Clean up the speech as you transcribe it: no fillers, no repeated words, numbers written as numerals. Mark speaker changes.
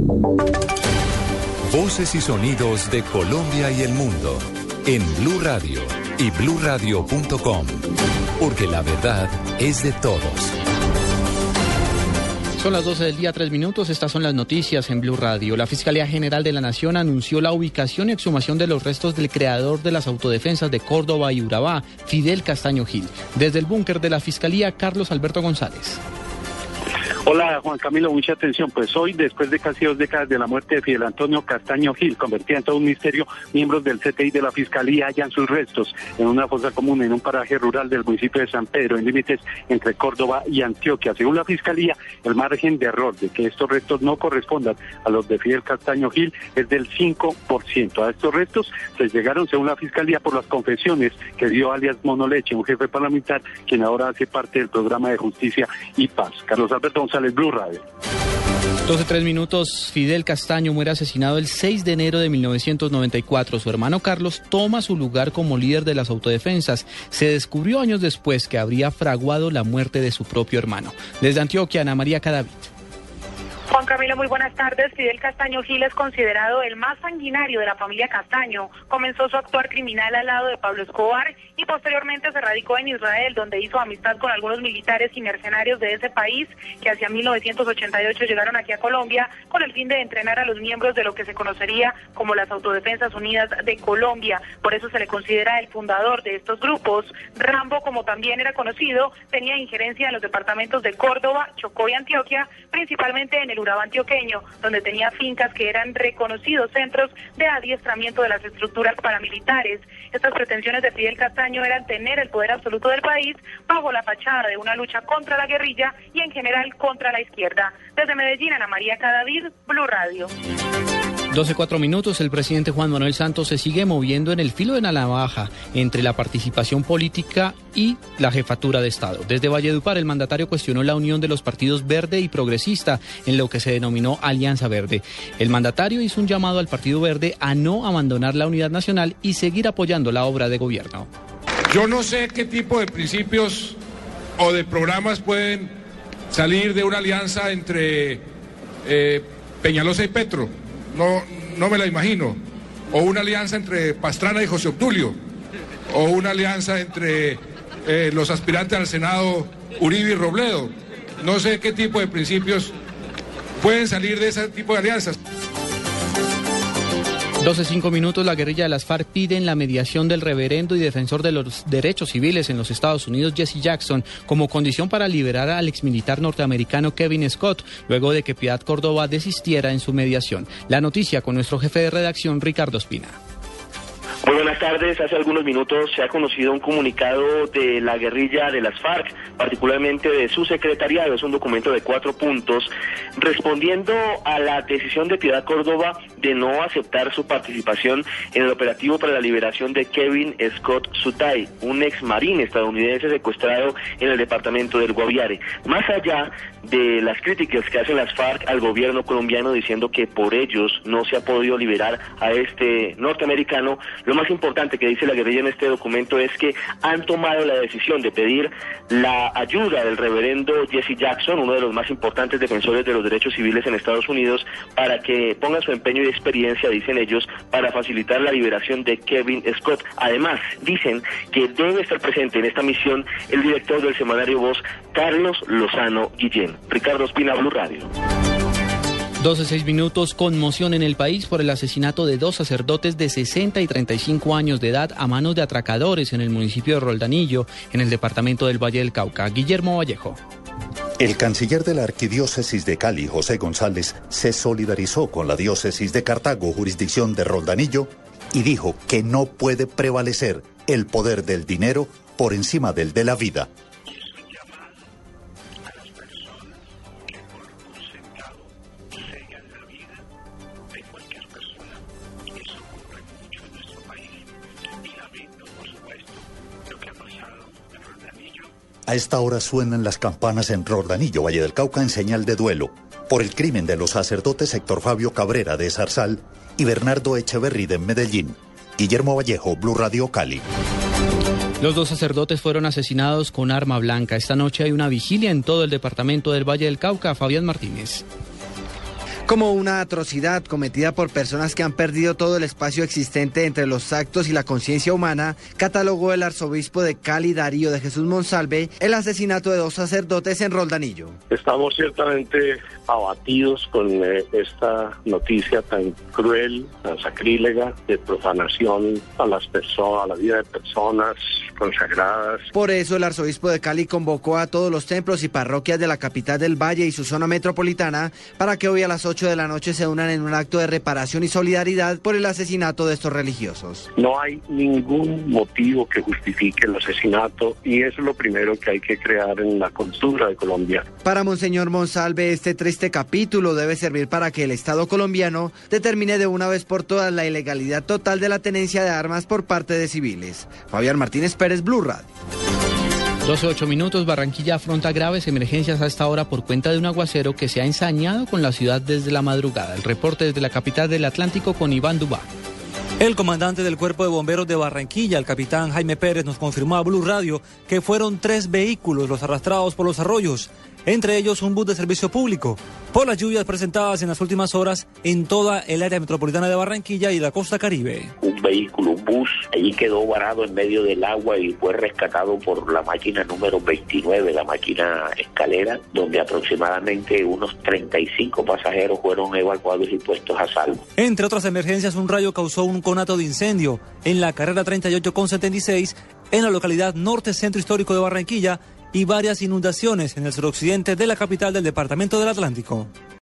Speaker 1: Voces y sonidos de Colombia y el mundo en Blue Radio y bluradio.com, porque la verdad es de todos.
Speaker 2: Son las 12 del día, 3 minutos. Estas son las noticias en Blue Radio. La Fiscalía General de la Nación anunció la ubicación y exhumación de los restos del creador de las autodefensas de Córdoba y Urabá, Fidel Castaño Gil. Desde el búnker de la Fiscalía, Carlos Alberto González.
Speaker 3: Hola Juan Camilo, mucha atención. Pues hoy, después de casi 2 décadas de la muerte de Fidel Antonio Castaño Gil, convertida en todo un misterio, miembros del CTI de la Fiscalía hallan sus restos en una fosa común en un paraje rural del municipio de San Pedro, en límites entre Córdoba y Antioquia. Según la Fiscalía, el margen de error de que estos restos no correspondan a los de Fidel Castaño Gil es del 5%. A estos restos se llegaron, según la Fiscalía, por las confesiones que dio alias Mono Leche, un jefe parlamentar, quien ahora hace parte del programa de Justicia y Paz. Carlos Alberto González, Blue Radio.
Speaker 2: 12:03 minutos. Fidel Castaño muere asesinado el 6 de enero de 1994. Su hermano Carlos toma su lugar como líder de las autodefensas. Se descubrió años después que habría fraguado la muerte de su propio hermano. Desde Antioquia, Ana María Cadavid.
Speaker 4: Juan Camilo, muy buenas tardes. Fidel Castaño Gil es considerado el más sanguinario de la familia Castaño. Comenzó su actuar criminal al lado de Pablo Escobar y posteriormente se radicó en Israel, donde hizo amistad con algunos militares y mercenarios de ese país que hacia 1988 llegaron aquí a Colombia con el fin de entrenar a los miembros de lo que se conocería como las Autodefensas Unidas de Colombia. Por eso se le considera el fundador de estos grupos. Rambo, como también era conocido, tenía injerencia en los departamentos de Córdoba, Chocó y Antioquia, principalmente en el Urabá antioqueño, donde tenía fincas que eran reconocidos centros de adiestramiento de las estructuras paramilitares. Estas pretensiones de Fidel Castaño eran tener el poder absoluto del país bajo la fachada de una lucha contra la guerrilla y en general contra la izquierda. Desde Medellín, Ana María Cadavid, Blue Radio.
Speaker 2: 12:04 minutos. El presidente Juan Manuel Santos se sigue moviendo en el filo de la navaja entre la participación política y la jefatura de Estado. Desde Valledupar, el mandatario cuestionó la unión de los partidos Verde y Progresista en lo que se denominó Alianza Verde. El mandatario hizo un llamado al Partido Verde a no abandonar la unidad nacional y seguir apoyando la obra de gobierno.
Speaker 5: Yo no sé qué tipo de principios o de programas pueden salir de una alianza entre Peñalosa y Petro. No me la imagino. O una alianza entre Pastrana y José Obdulio. O una alianza entre los aspirantes al Senado Uribe y Robledo. No sé qué tipo de principios pueden salir de ese tipo de alianzas.
Speaker 2: 12:05 minutos. La guerrilla de las FARC pide la mediación del reverendo y defensor de los derechos civiles en los Estados Unidos, Jesse Jackson, como condición para liberar al exmilitar norteamericano Kevin Scott, luego de que Piedad Córdoba desistiera en su mediación. La noticia con nuestro jefe de redacción, Ricardo Espina.
Speaker 6: Muy buenas tardes. Hace algunos minutos se ha conocido un comunicado de la guerrilla de las FARC, particularmente de su secretariado. Es un documento de 4 puntos, respondiendo a la decisión de Piedad Córdoba de no aceptar su participación en el operativo para la liberación de Kevin Scott Sutay, un ex marín estadounidense secuestrado en el departamento del Guaviare. Más allá de las críticas que hacen las FARC al gobierno colombiano diciendo que por ellos no se ha podido liberar a este norteamericano, lo más importante que dice la guerrilla en este documento es que han tomado la decisión de pedir la ayuda del reverendo Jesse Jackson, uno de los más importantes defensores de los derechos civiles en Estados Unidos, para que ponga su empeño y experiencia, dicen ellos, para facilitar la liberación de Kevin Scott. Además, dicen que debe estar presente en esta misión el director del semanario Voz, Carlos Lozano Guillén. Ricardo Espina, Blue Radio.
Speaker 2: 12:06 minutos. Conmoción en el país por el asesinato de 2 sacerdotes de 60 y 35 años de edad a manos de atracadores en el municipio de Roldanillo, en el departamento del Valle del Cauca. Guillermo Vallejo.
Speaker 7: El canciller de la Arquidiócesis de Cali, José González, se solidarizó con la diócesis de Cartago, jurisdicción de Roldanillo, y dijo que no puede prevalecer el poder del dinero por encima del de la vida. A esta hora suenan las campanas en Roldanillo, Valle del Cauca, en señal de duelo por el crimen de los sacerdotes Héctor Fabio Cabrera de Zarzal y Bernardo Echeverri de Medellín. Guillermo Vallejo, Blue Radio, Cali.
Speaker 2: Los 2 sacerdotes fueron asesinados con arma blanca. Esta noche hay una vigilia en todo el departamento del Valle del Cauca. Fabián Martínez.
Speaker 8: como una atrocidad cometida por personas que han perdido todo el espacio existente entre los actos y la conciencia humana, catalogó el arzobispo de Cali, Darío de Jesús Monsalve, el asesinato de 2 sacerdotes en Roldanillo.
Speaker 9: Estamos ciertamente abatidos con esta noticia tan cruel, tan sacrílega, de profanación a las personas, a la vida de personas consagradas.
Speaker 8: Por eso el arzobispo de Cali convocó a todos los templos y parroquias de la capital del Valle y su zona metropolitana para que hoy a las 8 de la noche se unan en un acto de reparación y solidaridad por el asesinato de estos religiosos.
Speaker 9: No hay ningún motivo que justifique el asesinato y eso es lo primero que hay que crear en la cultura de Colombia.
Speaker 8: Para Monseñor Monsalve, este triste capítulo debe servir para que el Estado colombiano determine de una vez por todas la ilegalidad total de la tenencia de armas por parte de civiles. Fabián Martínez Pérez, Blue Radio.
Speaker 2: 12:08, Barranquilla afronta graves emergencias a esta hora por cuenta de un aguacero que se ha ensañado con la ciudad desde la madrugada. El reporte desde la capital del Atlántico con Iván Dubá.
Speaker 10: El comandante del Cuerpo de Bomberos de Barranquilla, el capitán Jaime Pérez, nos confirmó a Blue Radio que fueron 3 vehículos los arrastrados por los arroyos, entre ellos un bus de servicio público, por las lluvias presentadas en las últimas horas en toda el área metropolitana de Barranquilla y la costa Caribe.
Speaker 11: Un vehículo, un bus, allí quedó varado en medio del agua y fue rescatado por la máquina número 29, la máquina escalera, donde aproximadamente unos 35 pasajeros fueron evacuados y puestos a salvo.
Speaker 10: Entre otras emergencias, un rayo causó un conato de incendio en la carrera 38 con 76 en la localidad norte centro histórico de Barranquilla y varias inundaciones en el suroccidente de la capital del departamento del Atlántico.